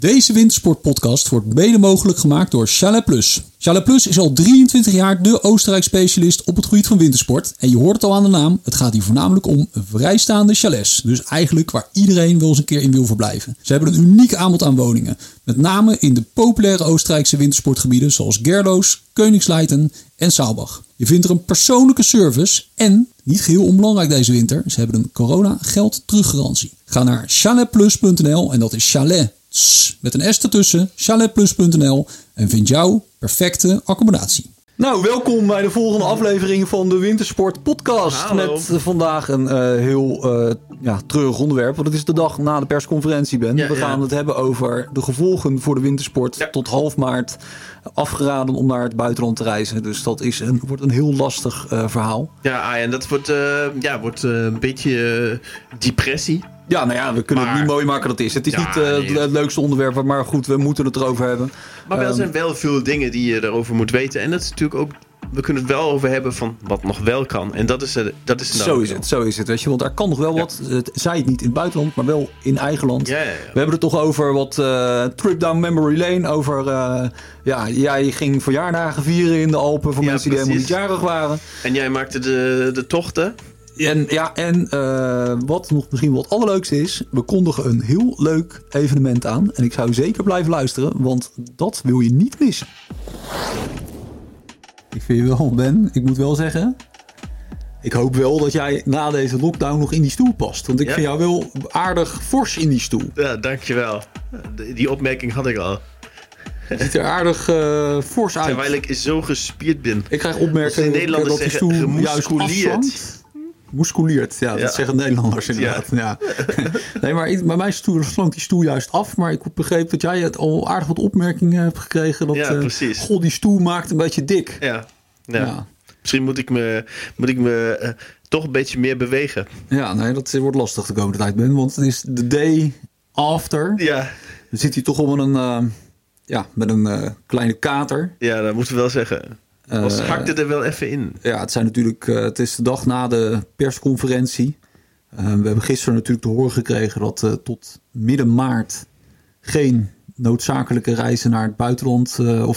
Deze wintersportpodcast wordt mede mogelijk gemaakt door Chalet Plus. Chalet Plus is al 23 jaar de Oostenrijk specialist op het gebied van wintersport. En je hoort het al aan de naam, het gaat hier voornamelijk om vrijstaande chalets. Dus eigenlijk waar iedereen wel eens een keer in wil verblijven. Ze hebben een uniek aanbod aan woningen. Met name in de populaire Oostenrijkse wintersportgebieden zoals Gerloos, Koningsleiten en Saalbach. Je vindt er een persoonlijke service en, niet geheel onbelangrijk deze winter, ze hebben een corona geld teruggarantie. Ga naar chaletplus.nl en dat is chalet met een S ertussen, chaletplus.nl en vind jouw perfecte accommodatie. Nou, welkom bij de volgende aflevering van de Wintersport Podcast. Hallo. Met vandaag een heel treurig onderwerp. Want het is de dag na de persconferentie, Ben. Ja, We gaan het hebben over de gevolgen voor de wintersport. Ja. Tot half maart afgeraden om naar het buitenland te reizen. Dus dat wordt een heel lastig verhaal. Ja, en dat wordt een beetje depressie. Ja, nou ja, we kunnen het niet mooi maken dat het is. Het is niet het leukste onderwerp, maar goed, we moeten het erover hebben. Maar er zijn wel veel dingen die je erover moet weten. En dat is natuurlijk ook... We kunnen het wel over hebben van wat nog wel kan. En dat is Zo is het, weet je. Want er kan nog wel wat. Zij het niet in het buitenland, maar wel in eigen land. Ja. We hebben het toch over wat trip down memory lane. Over, jij ging verjaardagen vieren in de Alpen voor mensen die helemaal niet jarig waren. En jij maakte de tochten. En wat nog misschien wel het allerleukste is, we kondigen een heel leuk evenement aan. En ik zou zeker blijven luisteren, want dat wil je niet missen. Ik vind je wel, Ben. Ik moet wel zeggen, ik hoop wel dat jij na deze lockdown nog in die stoel past. Want ik vind jou wel aardig fors in die stoel. Ja, dankjewel. Die opmerking had ik al. Je ziet er aardig fors uit. Terwijl ik zo gespierd ben. Ik krijg opmerkingen Nederlanders dat die zeggen stoel juist gemusculeerd. afzankt. Musculeerd, dat zeggen Nederlanders inderdaad. Ja. Nee, maar bij mij slank die stoel juist af. Maar ik begreep dat jij het al aardig wat opmerkingen hebt gekregen. Dat, precies. Die stoel maakt een beetje dik. Ja. Misschien moet ik me toch een beetje meer bewegen. Ja, nee, dat wordt lastig de komende tijd, Ben. Want het is de day after. Ja. Dan zit hij toch al met een kleine kater. Ja, dat moeten we wel zeggen. Als hakte er wel even in. Ja, het is de dag na de persconferentie. We hebben gisteren natuurlijk te horen gekregen dat tot midden maart geen noodzakelijke reizen naar het buitenland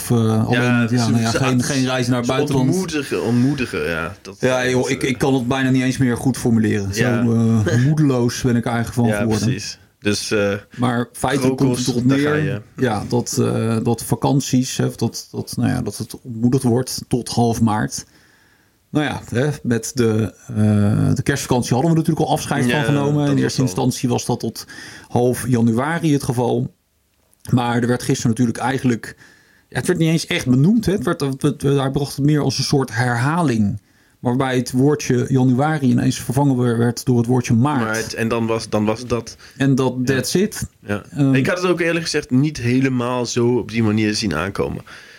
geen reizen naar het buitenland. Ontmoedigen, ja. Ik kan het bijna niet eens meer goed formuleren. Ja. Zo moedeloos ben ik eigenlijk van geworden. Precies. Dus, maar feitelijk komt het erop neer dat vakanties, dat het ontmoedigd wordt tot half maart. Nou ja, met de kerstvakantie hadden we natuurlijk al afscheid van genomen. In eerste instantie was dat tot half januari het geval. Maar er werd gisteren natuurlijk eigenlijk... Ja, het werd niet eens echt benoemd. Hè. Hij bracht het meer als een soort herhaling. Waarbij het woordje januari ineens vervangen werd door het woordje maart. En dan was dat... En that's it. Ja. Ik had het ook eerlijk gezegd niet helemaal zo op die manier zien aankomen.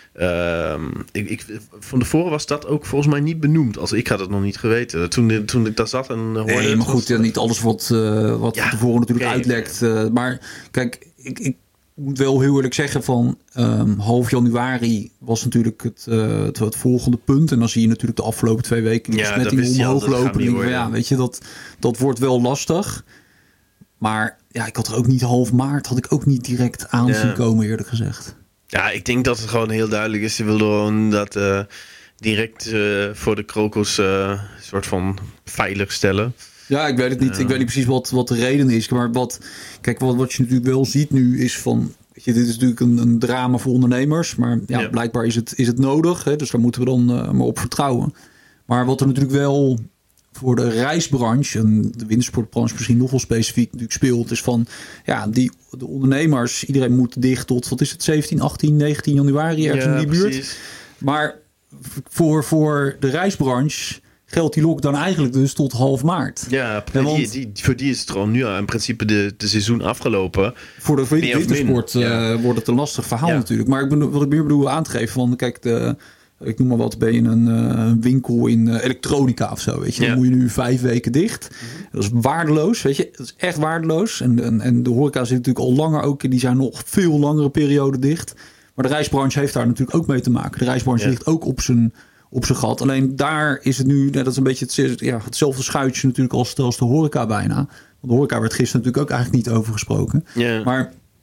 Van tevoren was dat ook volgens mij niet benoemd. Als ik had het nog niet geweten. Toen ik daar zat en hoorde... Nee, maar goed, niet alles wat van tevoren natuurlijk uitlekt. Maar kijk, ik moet wel heel eerlijk zeggen van half januari was natuurlijk het volgende punt. En dan zie je natuurlijk de afgelopen 2 weken die besmettingen omhoog lopen. Weet je, dat wordt wel lastig. Maar ja, ik had er ook niet half maart, had ik ook niet direct aan zien komen, eerlijk gezegd. Ja, ik denk dat het gewoon heel duidelijk is. Ze wilden gewoon dat direct voor de krokos soort van veilig stellen. Ja, ik weet het niet. Ik weet niet precies wat de reden is. Maar wat je natuurlijk wel ziet nu is van... Weet je, dit is natuurlijk een drama voor ondernemers. Maar blijkbaar is het nodig. Hè, dus daar moeten we dan maar op vertrouwen. Maar wat er natuurlijk wel voor de reisbranche... en de wintersportbranche misschien nog wel specifiek natuurlijk speelt... is van, de ondernemers... iedereen moet dicht tot, 17, 18, 19 januari ergens in die buurt. Precies. Maar voor de reisbranche... geldt die lockdown eigenlijk dus tot half maart. Ja, voor die is het gewoon nu in principe de seizoen afgelopen. Voor de wintersport wordt het een lastig verhaal natuurlijk. Maar wat ik meer bedoel aan te geven van... Kijk, ik noem maar wat, ben je een winkel in elektronica of zo, weet je. Dan moet je nu 5 weken dicht. Dat is waardeloos, weet je. Dat is echt waardeloos. En de horeca zit natuurlijk al langer ook... die zijn nog veel langere periode dicht. Maar de reisbranche heeft daar natuurlijk ook mee te maken. De reisbranche ligt ook op zijn gat. Alleen daar is het nu, dat is een beetje hetzelfde schuitje natuurlijk als de horeca bijna. Want de horeca werd gisteren natuurlijk ook eigenlijk niet over gesproken. Yeah. Maar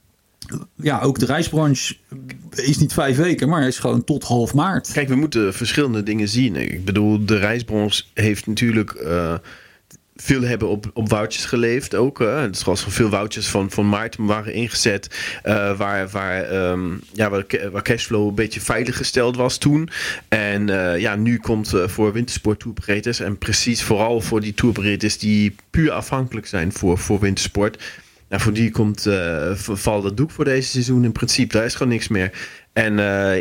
Ja, ook de reisbranche is niet 5 weken, maar is gewoon tot half maart. Kijk, we moeten verschillende dingen zien. Ik bedoel, de reisbranche heeft natuurlijk veel hebben op vouchers geleefd ook. Dus er was veel vouchers van maart waren ingezet. Waar cashflow een beetje veilig gesteld was toen. En nu komt voor wintersport touroperators. En precies vooral voor die touroperators die puur afhankelijk zijn voor wintersport. Nou, voor die valt het doek voor deze seizoen in principe. Daar is gewoon niks meer. En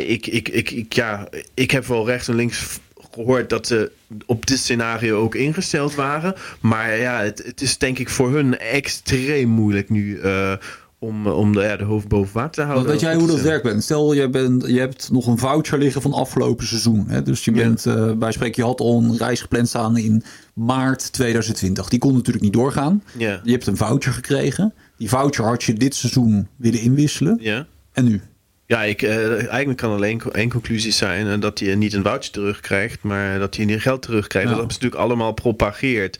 ik heb wel rechts en links gehoord dat ze op dit scenario ook ingesteld waren. Maar ja, het is denk ik voor hun extreem moeilijk nu om de hoofd boven water te houden. Weet jij hoe dat werkt, Ben? Stel, je hebt nog een voucher liggen van afgelopen seizoen. Hè? Dus je bent, bij spreken, je had al een reis gepland staan in maart 2020. Die kon natuurlijk niet doorgaan. Ja. Je hebt een voucher gekregen. Die voucher had je dit seizoen willen inwisselen. Ja. En nu? Ja, eigenlijk kan alleen één conclusie zijn. Dat je niet een voucher terugkrijgt, maar dat je niet geld terugkrijgt. Ja. Dat hebben ze natuurlijk allemaal propageerd.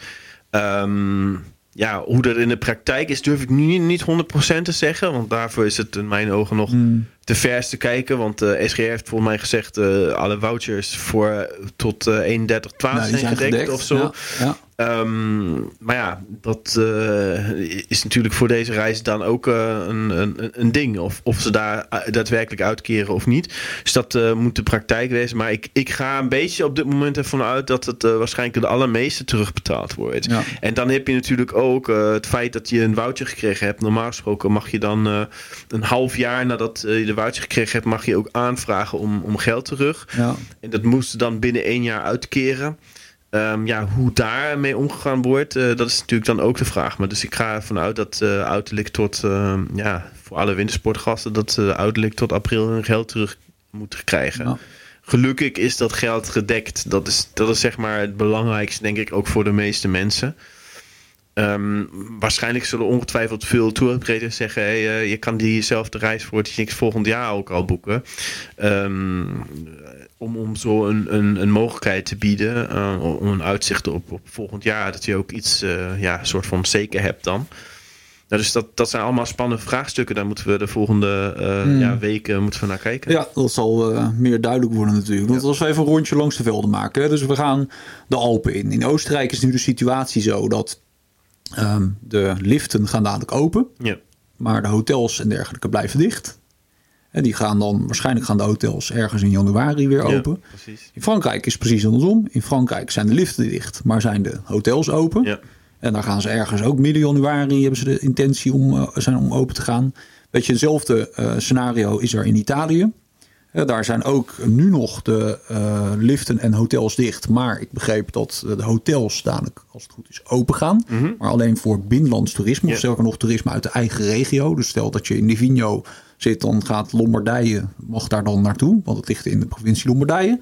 Hoe dat in de praktijk is, durf ik nu niet 100% te zeggen. Want daarvoor is het in mijn ogen nog te vers te kijken. Want SGR heeft volgens mij gezegd alle vouchers tot 31/12 zijn gedekt of zo. Ja. Maar ja, dat is natuurlijk voor deze reis dan ook een ding. Of ze daar daadwerkelijk uitkeren of niet. Dus dat moet de praktijk wezen. Maar ik ga een beetje op dit moment ervan uit dat het waarschijnlijk de allermeeste terugbetaald wordt. Ja. En dan heb je natuurlijk ook het feit dat je een voucher gekregen hebt. Normaal gesproken mag je dan een half jaar nadat je de voucher gekregen hebt, mag je ook aanvragen om geld terug. Ja. En dat moest dan binnen 1 jaar uitkeren. Hoe daarmee omgegaan wordt, dat is natuurlijk dan ook de vraag. Maar dus ik ga ervan uit dat uiterlijk tot, voor alle wintersportgasten, dat uiterlijk tot april hun geld terug moeten krijgen. Ja. Gelukkig is dat geld gedekt. Dat is zeg maar het belangrijkste, denk ik, ook voor de meeste mensen. Waarschijnlijk zullen ongetwijfeld veel touroperators zeggen, je kan diezelfde reis voor het volgend jaar ook al boeken. Om zo een mogelijkheid te bieden, om een uitzicht op volgend jaar, dat je ook iets soort van zeker hebt dan. Nou, dus dat zijn allemaal spannende vraagstukken. Daar moeten we de volgende weken naar kijken. Ja, dat zal meer duidelijk worden natuurlijk. Want als we even een rondje langs de velden maken. Hè? Dus we gaan de Alpen in. In Oostenrijk is nu de situatie zo dat de liften gaan dadelijk open. Ja. Maar de hotels en dergelijke blijven dicht. En die gaan dan, waarschijnlijk gaan de hotels ergens in januari weer open. Ja, in Frankrijk is het precies andersom. In Frankrijk zijn de liften dicht, maar zijn de hotels open. Ja. En daar gaan ze ergens ook midden januari, hebben ze de intentie om open te gaan. Weet je, hetzelfde scenario is er in Italië. Daar zijn ook nu nog de liften en hotels dicht. Maar ik begreep dat de hotels dadelijk, als het goed is, open gaan. Mm-hmm. Maar alleen voor binnenlands toerisme. Of sterker nog toerisme uit de eigen regio. Dus stel dat je in Livigno zit, dan gaat Lombardije, mag daar dan naartoe. Want het ligt in de provincie Lombardije.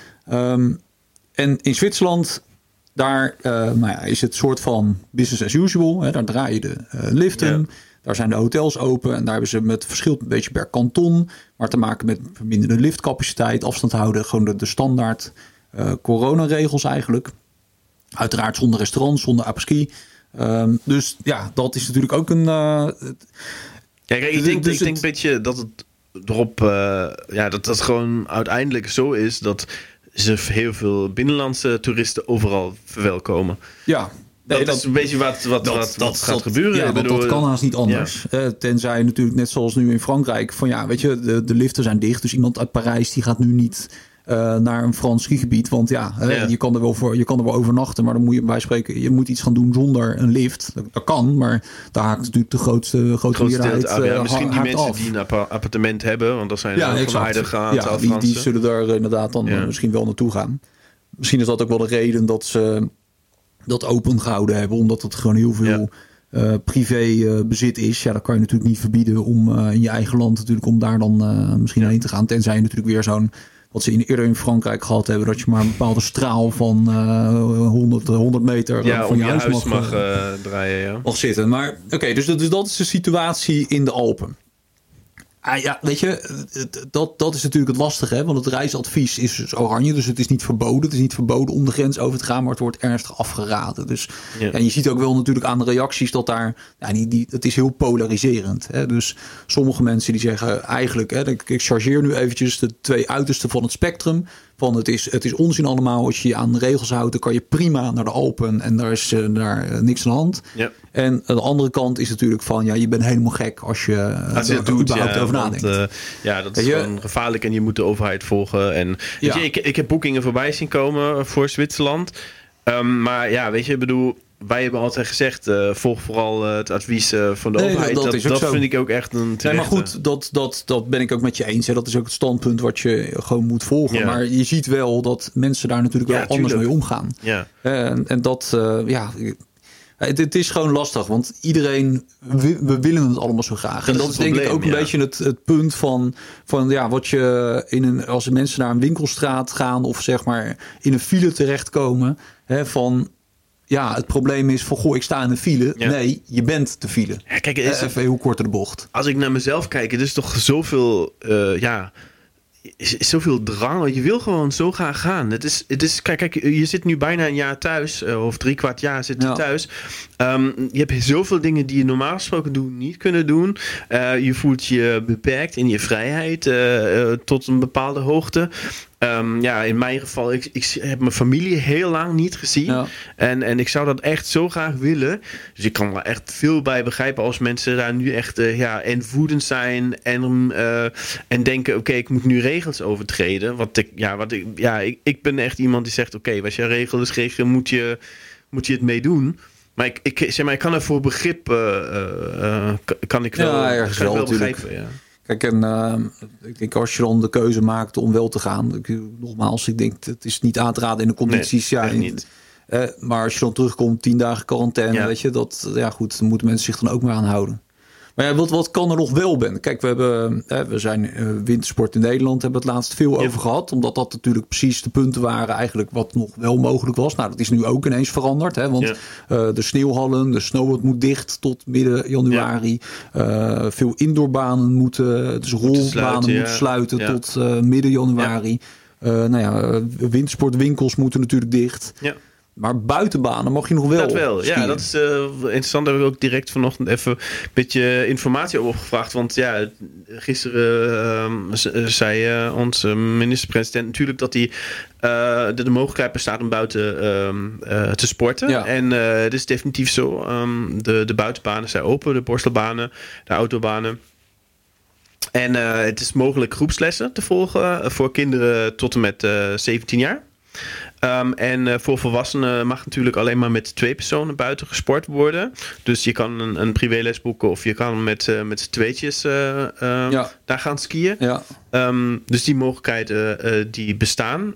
En in Zwitserland, daar is het soort van business as usual. Daar draai je de liften. Ja. Daar zijn de hotels open en daar hebben ze met verschil een beetje per kanton, maar te maken met verminderde liftcapaciteit, afstand houden, gewoon de standaard coronaregels eigenlijk. Uiteraard zonder restaurants, zonder apres-ski. Dus ja, dat is natuurlijk ook een... Kijk, ik denk een beetje dat het erop... dat het gewoon uiteindelijk zo is dat ze heel veel binnenlandse toeristen overal verwelkomen. Ja. Nee, dat is een beetje wat gaat gebeuren. Ja, dat kan haast niet anders. Ja. Tenzij natuurlijk net zoals nu in Frankrijk, van weet je, de liften zijn dicht. Dus iemand uit Parijs die gaat nu niet naar een Frans skigebied. Want je kan er wel overnachten, maar dan moet je bij spreken, je moet iets gaan doen zonder een lift. Dat kan, maar daar haakt natuurlijk de grootste meerderheid misschien die mensen af. die een appartement hebben, want dat zijn een aardig aantal Fransen. Die zullen daar inderdaad dan misschien wel naartoe gaan. Misschien is dat ook wel de reden dat ze dat open gehouden hebben, omdat het gewoon heel veel privé bezit is. Ja, dat kan je natuurlijk niet verbieden om in je eigen land natuurlijk om daar dan misschien heen te gaan. Tenzij je natuurlijk weer zo'n, wat ze eerder in Frankrijk gehad hebben, dat je maar een bepaalde straal van 100 meter van je huis mag draaien. Ja. Mag zitten. Maar oké, dus dat is de situatie in de Alpen. Ja, weet je, dat is natuurlijk het lastige. Hè? Want het reisadvies is dus oranje, dus het is niet verboden. Het is niet verboden om de grens over te gaan, maar het wordt ernstig afgeraden. Dus en je ziet ook wel natuurlijk aan de reacties dat daar... het is heel polariserend. Hè? Dus sommige mensen die zeggen eigenlijk... ik chargeer nu eventjes de twee uitersten van het spectrum. Van het is onzin allemaal. Als je je aan de regels houdt, dan kan je prima naar de Alpen. En daar is daar niks aan de hand. Ja. En aan de andere kant is natuurlijk van... je bent helemaal gek als je er überhaupt over nadenkt. Dat is gewoon gevaarlijk en je moet de overheid volgen. En weet je, ik heb boekingen voorbij zien komen voor Zwitserland. Maar ja, weet je, ik bedoel... Wij hebben altijd gezegd, volg vooral het advies van de overheid. Dat vind ik ook echt een terechte. Nee, maar goed, dat ben ik ook met je eens. Hè. Dat is ook het standpunt wat je gewoon moet volgen. Ja. Maar je ziet wel dat mensen daar natuurlijk wel anders mee omgaan. Ja. En dat, het is gewoon lastig. Want iedereen, we willen het allemaal zo graag. En dat is denk ik ook een beetje het punt van wat je als mensen naar een winkelstraat gaan... of zeg maar in een file terechtkomen, van... Ja, het probleem is van, ik sta in een file. Ja. Nee, je bent de file. Ja, kijk, even heel kort de bocht. Als ik naar mezelf kijk, het is toch zoveel... is zoveel drang. Je wil gewoon zo graag gaan. Het is kijk, je zit nu bijna een jaar thuis. Of 3/4 jaar zit je thuis. Je hebt zoveel dingen die je normaal gesproken niet kunnen doen. Je voelt je beperkt in je vrijheid. Tot een bepaalde hoogte. In mijn geval, ik heb mijn familie heel lang niet gezien. Ja. En ik zou dat echt zo graag willen. Dus ik kan er echt veel bij begrijpen als mensen daar nu echt en woedend zijn. En denken, oké, ik moet nu regels overtreden. Ik ben echt iemand die zegt, oké, als je regels regelt, moet je het mee doen. Maar ik kan er voor begrip kan ik wel begrijpen. Ja. Kijk, en ik denk als je dan de keuze maakt om wel te gaan... Nogmaals, ik denk het is niet aan te raden in de condities. Nee, niet. Maar als je dan terugkomt, 10 dagen quarantaine... weet je, dan moeten mensen zich dan ook maar aan houden. Maar ja, wat kan er nog wel, Ben? Kijk, we zijn wintersport in Nederland, hebben het laatst veel over gehad. Omdat dat natuurlijk precies de punten waren eigenlijk wat nog wel mogelijk was. Nou, dat is nu ook ineens veranderd. Hè, want de sneeuwhallen, de snowboard moet dicht tot midden januari. Veel indoorbanen moeten, dus rolbanen moeten sluiten tot midden januari. Wintersportwinkels moeten natuurlijk dicht. Ja. Maar buitenbanen mag je nog wel. Dat wel, skiën. Ja, dat is interessant. Daar heb ik ook direct vanochtend even een beetje informatie over gevraagd. Want gisteren zei onze minister-president natuurlijk dat hij de mogelijkheid bestaat om buiten te sporten. Ja. En het is definitief zo. De buitenbanen zijn open, de borstelbanen, de autobanen. En het is mogelijk groepslessen te volgen voor kinderen tot en met 17 jaar. En voor volwassenen mag natuurlijk alleen maar met 2 personen buiten gesport worden. Dus je kan een privéles boeken of je kan met z'n tweetjes daar gaan skiën. Ja. Dus die mogelijkheden die bestaan.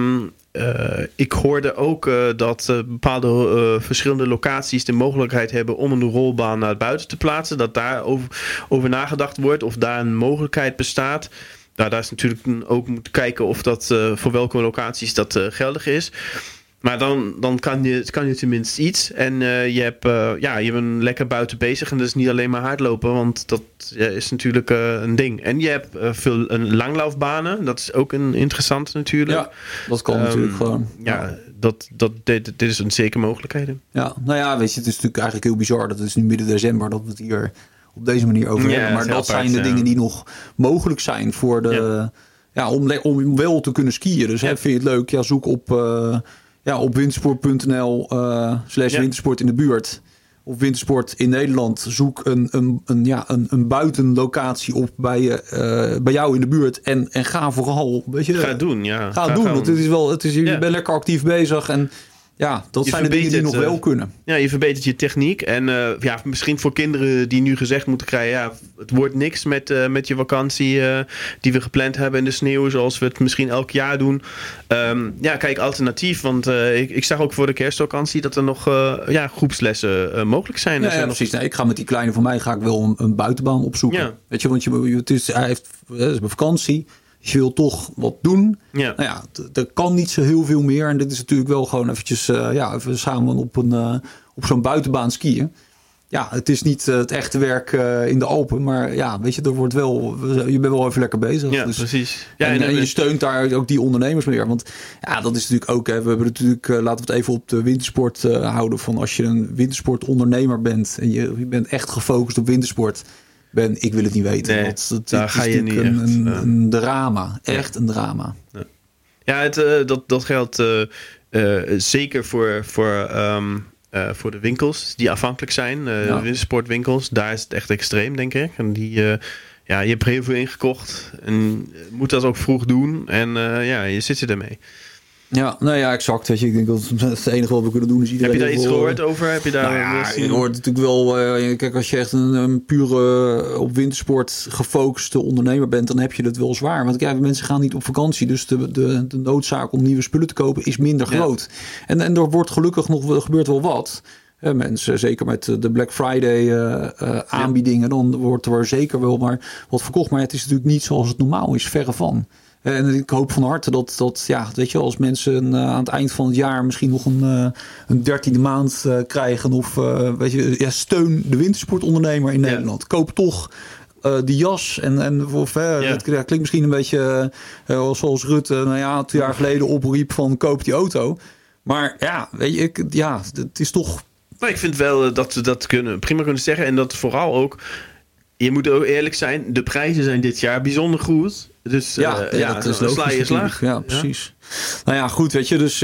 Ik hoorde ook dat bepaalde verschillende locaties de mogelijkheid hebben om een rolbaan naar buiten te plaatsen. Dat daar over nagedacht wordt of daar een mogelijkheid bestaat. Nou, daar is natuurlijk ook moeten kijken of dat voor welke locaties dat geldig is. Maar dan kan je tenminste iets. En je bent lekker buiten bezig. En dat is niet alleen maar hardlopen. Want dat is natuurlijk een ding. En je hebt veel langlaufbanen. Dat is ook een interessante natuurlijk. Ja, dat kan natuurlijk gewoon. Ja, dit is een zeker mogelijkheden. Ja, nou ja, weet je, het is natuurlijk eigenlijk heel bizar. Dat is nu midden december dat we het hier op deze manier over hebben. Maar dat zijn de dingen die nog mogelijk zijn voor de... Ja, om wel te kunnen skiën. Dus vind je het leuk? Ja, zoek op wintersport.nl /wintersport in de buurt. Of wintersport in Nederland. Zoek een buitenlocatie op bij jou in de buurt. En ga vooral... Weet je, ga het doen, ja. Ga het doen, want je bent lekker actief bezig en... Ja, dat zijn de dingen die nog wel kunnen. Ja, je verbetert je techniek. En misschien voor kinderen die nu gezegd moeten krijgen... Ja, het wordt niks met je vakantie die we gepland hebben in de sneeuw... zoals we het misschien elk jaar doen. Kijk, alternatief. Want ik zag ook voor de kerstvakantie... dat er nog groepslessen mogelijk zijn. Ja, precies. Nee, ik ga met die kleine van mij wel een buitenbaan opzoeken. Ja. Weet je, want hij heeft een vakantie... Je wil toch wat doen. Ja. Nou ja, er kan niet zo heel veel meer. En dit is natuurlijk wel gewoon eventjes even samen op zo'n buitenbaan skiën. ja, het is niet het echte werk in de Alpen. Maar ja, weet je, je bent wel even lekker bezig. Ja, dus, precies. Ja, en je steunt daar ook die ondernemers meer. Want ja, dat is natuurlijk ook... Hè, we hebben natuurlijk, laten we het even op de wintersport houden. Van als je een wintersportondernemer bent... en je bent echt gefocust op wintersport... ik wil het niet weten. Nee, daar ga je niet een drama. Echt een drama. Ja, dat geldt zeker voor de winkels die afhankelijk zijn. Wintersportwinkels, daar is het echt extreem, denk ik. En je hebt heel veel ingekocht. En moet dat ook vroeg doen. En je zit ermee. Ja, nou ja, exact. Weet je, ik denk dat het enige wat we kunnen doen is iedereen... Heb je daar iets gehoord over? Heb je daar je hoort natuurlijk wel... kijk, als je echt een pure op wintersport gefocuste ondernemer bent... dan heb je het wel zwaar. Want kijk, mensen gaan niet op vakantie. Dus de noodzaak om nieuwe spullen te kopen is minder groot. En er wordt gelukkig nog... gebeurt wel wat... mensen, zeker met de Black Friday aanbiedingen... dan wordt er zeker wel maar wat verkocht. Maar het is natuurlijk niet zoals het normaal is. Verre van. En ik hoop van harte dat weet je, als mensen aan het eind van het jaar misschien nog een 13e maand krijgen. Of weet je, steun de wintersportondernemer in Nederland. Koop toch die jas. Het klinkt misschien een beetje zoals Rutte 2 jaar geleden opriep van koop die auto. Maar ja, weet je, het is toch... Maar ik vind wel dat we dat prima kunnen zeggen. En dat vooral ook... Je moet ook eerlijk zijn, de prijzen zijn dit jaar bijzonder goed. Dus dat is sla je slag. Ja, precies. Ja. Nou ja, goed, weet je. Dus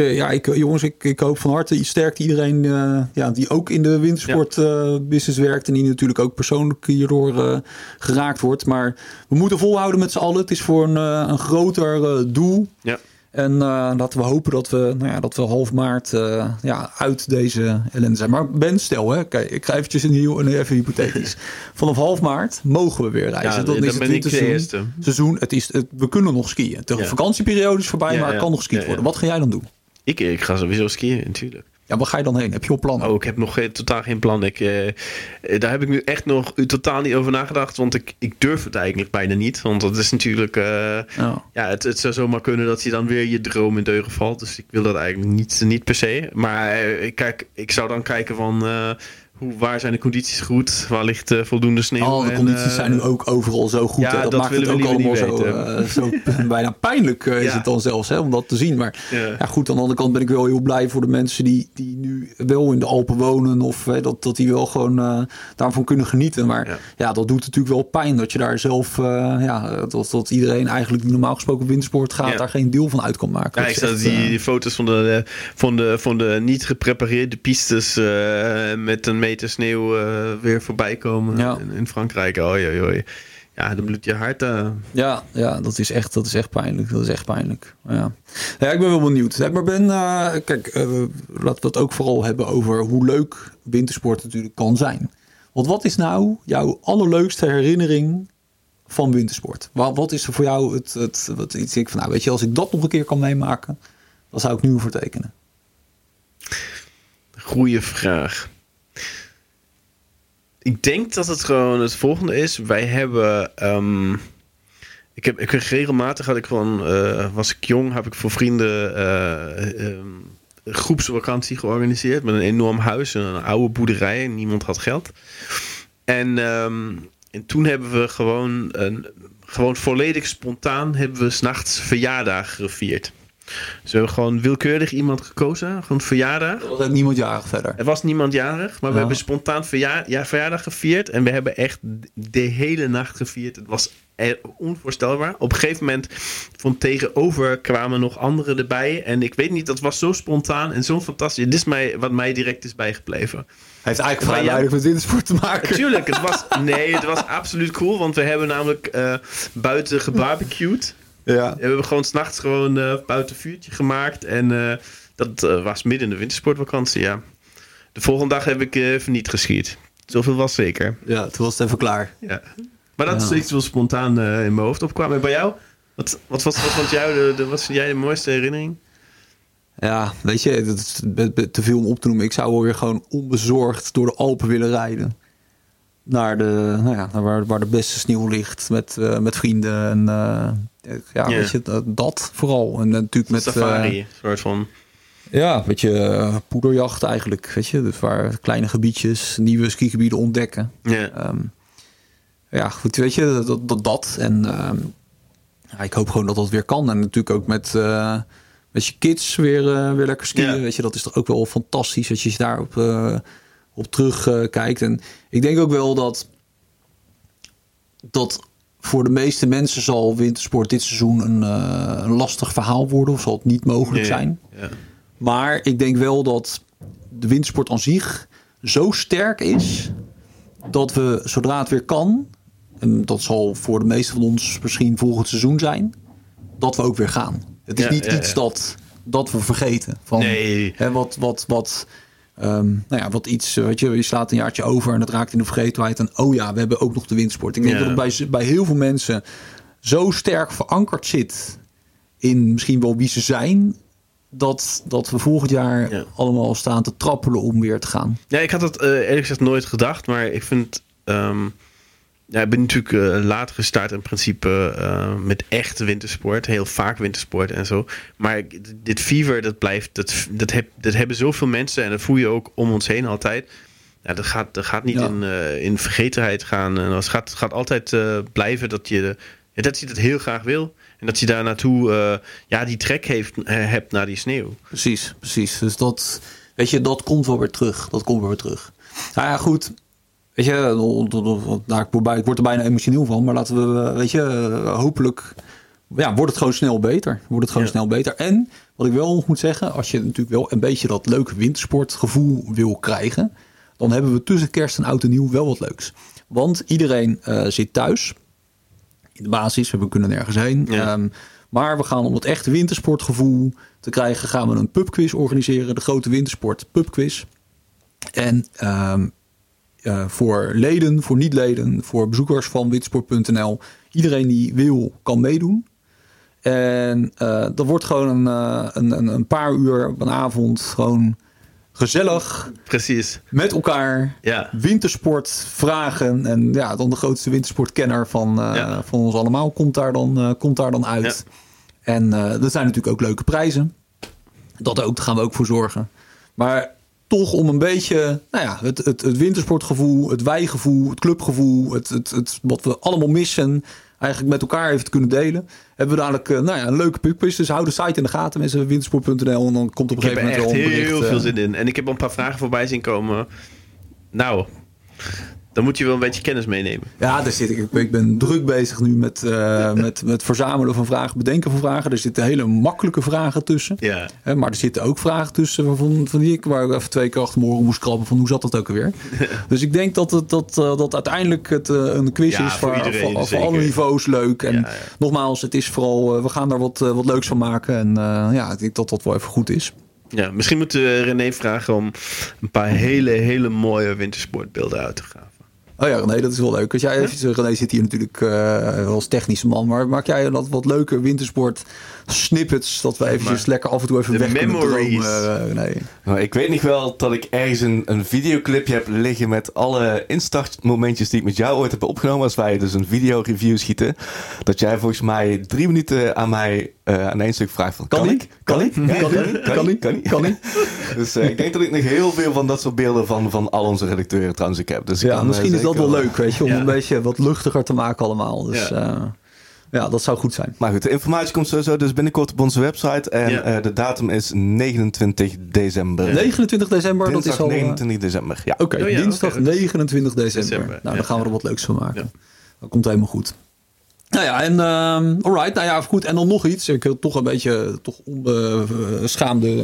ik hoop van harte sterkte iedereen die ook in de wintersport business werkt. En die natuurlijk ook persoonlijk hierdoor geraakt wordt. Maar we moeten volhouden met z'n allen. Het is voor een groter doel. Ja. En laten we hopen dat we half maart uit deze ellende zijn. Maar Ben, stel, hè, kijk, ik ga eventjes even hypothetisch. Vanaf half maart mogen we weer reizen. Dan is het winterseizoen. We kunnen nog skiën. De vakantieperiode is voorbij, maar het kan nog geskiet worden. Wat ga jij dan doen? Ik ga sowieso skiën, natuurlijk. Ja, waar ga je dan heen? Heb je al plannen? Ik heb nog totaal geen plan. Daar heb ik nu echt nog totaal niet over nagedacht. Want ik durf het eigenlijk bijna niet. Want dat is natuurlijk... het zou zomaar kunnen dat je dan weer je droom in deugen valt. Dus ik wil dat eigenlijk niet per se. Maar ik zou dan kijken van... waar zijn de condities goed? Waar ligt voldoende sneeuw? De condities zijn nu ook overal zo goed. Ja, dat maakt het ook allemaal zo bijna pijnlijk is het dan zelfs, hè, om dat te zien. Maar goed, aan de andere kant ben ik wel heel blij voor de mensen die nu wel in de Alpen wonen. Of dat die wel gewoon daarvan kunnen genieten. Maar dat doet natuurlijk wel pijn dat je daar zelf... dat iedereen eigenlijk die normaal gesproken wintersport gaat... daar geen deel van uit kan maken. Ja, ik zag die foto's van de niet geprepareerde pistes met een meter sneeuw weer voorbij komen in Frankrijk. Oei. Ja, dan bloedt je hart. Ja, dat is echt pijnlijk. Dat is echt pijnlijk. Ja, ik ben wel benieuwd. Maar Ben, kijk, laten we het ook vooral hebben over hoe leuk wintersport natuurlijk kan zijn. Want wat is nou jouw allerleukste herinnering van wintersport? Wat is er voor jou wat iets ik van, weet je, als ik dat nog een keer kan meemaken, dan zou ik nu voor tekenen. Goeie vraag. Ik denk dat het gewoon het volgende is. Wij hebben... regelmatig was ik jong, heb ik voor vrienden een groepsvakantie georganiseerd. Met een enorm huis, een oude boerderij. En niemand had geld. En toen hebben we gewoon volledig spontaan... hebben we 's nachts verjaardag gevierd. Dus we hebben gewoon willekeurig iemand gekozen. Gewoon verjaardag. Er was ook niemand jarig verder. Er was niemand jarig. Maar we hebben spontaan verjaardag gevierd. En we hebben echt de hele nacht gevierd. Het was onvoorstelbaar. Op een gegeven moment van tegenover kwamen nog anderen erbij. En ik weet niet, dat was zo spontaan en zo fantastisch. Dit is wat mij direct is bijgebleven. Hij heeft eigenlijk vrij weinig met wintersport te maken. Natuurlijk, het was absoluut cool. Want we hebben namelijk buiten gebarbecued. Ja. We hebben gewoon 's nachts buiten vuurtje gemaakt. En dat was midden in de wintersportvakantie, ja. De volgende dag heb ik even niet geskiet. Zoveel was zeker. Ja, toen was het even klaar. Ja. Maar dat is iets wat spontaan in mijn hoofd opkwam. En bij jou? Wat vond jij de mooiste herinnering? Ja, weet je, het is te veel om op te noemen. Ik zou wel weer gewoon onbezorgd door de Alpen willen rijden. Naar waar de beste sneeuw ligt met vrienden. En weet je, dat vooral. En natuurlijk met safari, soort van. Ja, weet je, poederjacht eigenlijk, weet je. Dus waar kleine gebiedjes, nieuwe skigebieden ontdekken. Ja, goed, weet je, dat. En ik hoop gewoon dat dat weer kan. En natuurlijk ook met je kids weer lekker skiën. Weet je, dat is toch ook wel fantastisch als je daarop op terug kijkt. En ik denk ook wel dat voor de meeste mensen zal wintersport dit seizoen een lastig verhaal worden. Of zal het niet mogelijk zijn. Ja. Maar ik denk wel dat de wintersport aan zich zo sterk is dat we, zodra het weer kan, en dat zal voor de meeste van ons misschien volgend seizoen zijn, dat we ook weer gaan. Het is niet iets dat we vergeten. Van, wat iets, weet je slaat een jaartje over en dat raakt in de vergetelheid. En we hebben ook nog de wintersport. Ik denk dat het bij heel veel mensen zo sterk verankerd zit in misschien wel wie ze zijn, dat we volgend jaar allemaal staan te trappelen om weer te gaan. Ja, ik had dat eerlijk gezegd nooit gedacht, maar ik vind ik ben natuurlijk later gestart in principe met echte wintersport. Heel vaak wintersport en zo. Maar dit fever, dat blijft, dat hebben zoveel mensen en dat voel je ook om ons heen altijd. Ja, dat gaat niet in vergetenheid gaan. En het gaat altijd blijven dat je dat heel graag wil. En dat je daar naartoe die trek hebt naar die sneeuw. Precies. Dus dat, weet je, dat komt wel weer terug. Nou ja, goed. Weet je, ik word er bijna emotioneel van. Maar laten we, weet je, hopelijk wordt het gewoon snel beter. En wat ik wel moet zeggen, als je natuurlijk wel een beetje dat leuke wintersportgevoel wil krijgen, dan hebben we tussen kerst en oud en nieuw wel wat leuks. Want iedereen zit thuis. In de basis, we kunnen nergens heen. Ja. Maar we gaan om het echte wintersportgevoel te krijgen, gaan we een pubquiz organiseren. De grote wintersport pubquiz. En voor leden, voor niet-leden, voor bezoekers van wintersport.nl. Iedereen die wil, kan meedoen. En dat wordt gewoon een paar uur op een avond gewoon gezellig. Precies. Met elkaar. Ja. Wintersport vragen. En dan de grootste wintersportkenner van ons allemaal komt daar dan uit. Ja. En er zijn natuurlijk ook leuke prijzen. Daar gaan we ook voor zorgen. Maar toch om een beetje het wintersportgevoel, het wijgevoel, het clubgevoel, het wat we allemaal missen, eigenlijk met elkaar even te kunnen delen. Hebben we dadelijk een leuke pubquiz. Dus hou de site in de gaten, mensen, wintersport.nl. En dan komt op een gegeven moment wel een bericht. Ik heb er echt heel veel zin in. En ik heb al een paar vragen voorbij zien komen. Nou, dan moet je wel een beetje kennis meenemen. Ja, daar zit ik. Ik ben druk bezig nu met verzamelen van vragen, bedenken van vragen. Er zitten hele makkelijke vragen tussen. Ja. Maar er zitten ook vragen tussen van die waar ik even 2 keer achter mijn oren moest krabben van hoe zat dat ook alweer. Dus ik denk dat uiteindelijk het een quiz is voor alle niveaus leuk. En nogmaals, het is vooral, we gaan daar wat leuks van maken. En ik denk dat dat wel even goed is. Ja, misschien moeten we René vragen om een paar hele mooie wintersportbeelden uit te graven. Oh ja, René, dat is wel leuk. Als jij even, René zit hier natuurlijk als technische man, maar maak jij wat leuke wintersport snippets, dat we eventjes lekker af en toe even weg kunnen dromen? Nee. Nou, ik weet nog wel dat ik ergens een videoclipje heb liggen met alle instartmomentjes die ik met jou ooit heb opgenomen als wij dus een videoreview schieten. Dat jij volgens mij 3 minuten aan mij aan één stuk vraagt van kan ik? Kan ik? Dus ik denk dat ik nog heel veel van dat soort beelden van al onze redacteuren trouwens ik heb. Dus misschien is dat wel leuk, weet je, om een beetje wat luchtiger te maken allemaal. Dus dat zou goed zijn. Maar goed, de informatie komt sowieso dus binnenkort op onze website. En de datum is 29 december. 29 december? Dinsdag, dat is al 29 december, ja. Oké, dinsdag 29 december. Nou, dan gaan we er wat leuks van maken. Ja. Dat komt helemaal goed. Nou ja, en alright. Nou ja, goed. En dan nog iets. Ik wil toch een beetje onbeschaamde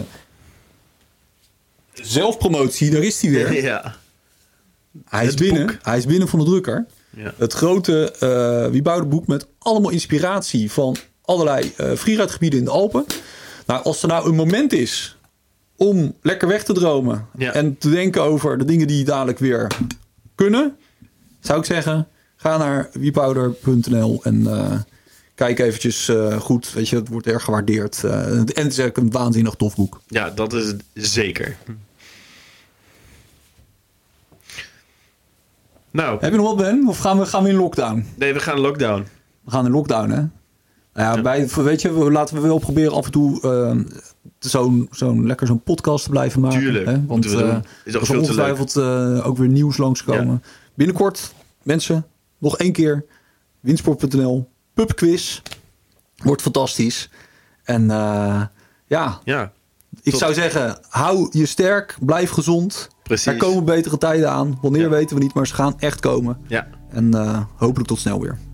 zelfpromotie. Daar is hij weer. Ja. Hij is binnen van de drukker. Ja. Het grote Wiebouwde-boek met allemaal inspiratie van allerlei freeridegebieden in de Alpen. Nou, als er nou een moment is om lekker weg te dromen en te denken over de dingen die dadelijk weer kunnen, zou ik zeggen, ga naar wiebouder.nl en kijk eventjes goed. Weet je, het wordt erg gewaardeerd. En het is eigenlijk een waanzinnig tof boek. Ja, dat is het zeker. Nou. Heb je nog wat, Ben? Of gaan we in lockdown? Nee, we gaan in lockdown. We gaan in lockdown, hè? Nou ja, weet je, laten we wel proberen af en toe lekker zo'n podcast te blijven maken. Tuurlijk, hè? Want er is ongetwijfeld ook weer nieuws langskomen. Ja. Binnenkort, mensen, nog 1 keer. Winsport.nl, pubquiz. Wordt fantastisch. En ik zou zeggen, hou je sterk, blijf gezond. Precies. Er komen betere tijden aan. Wanneer weten we niet, maar ze gaan echt komen. Ja. En hopelijk tot snel weer.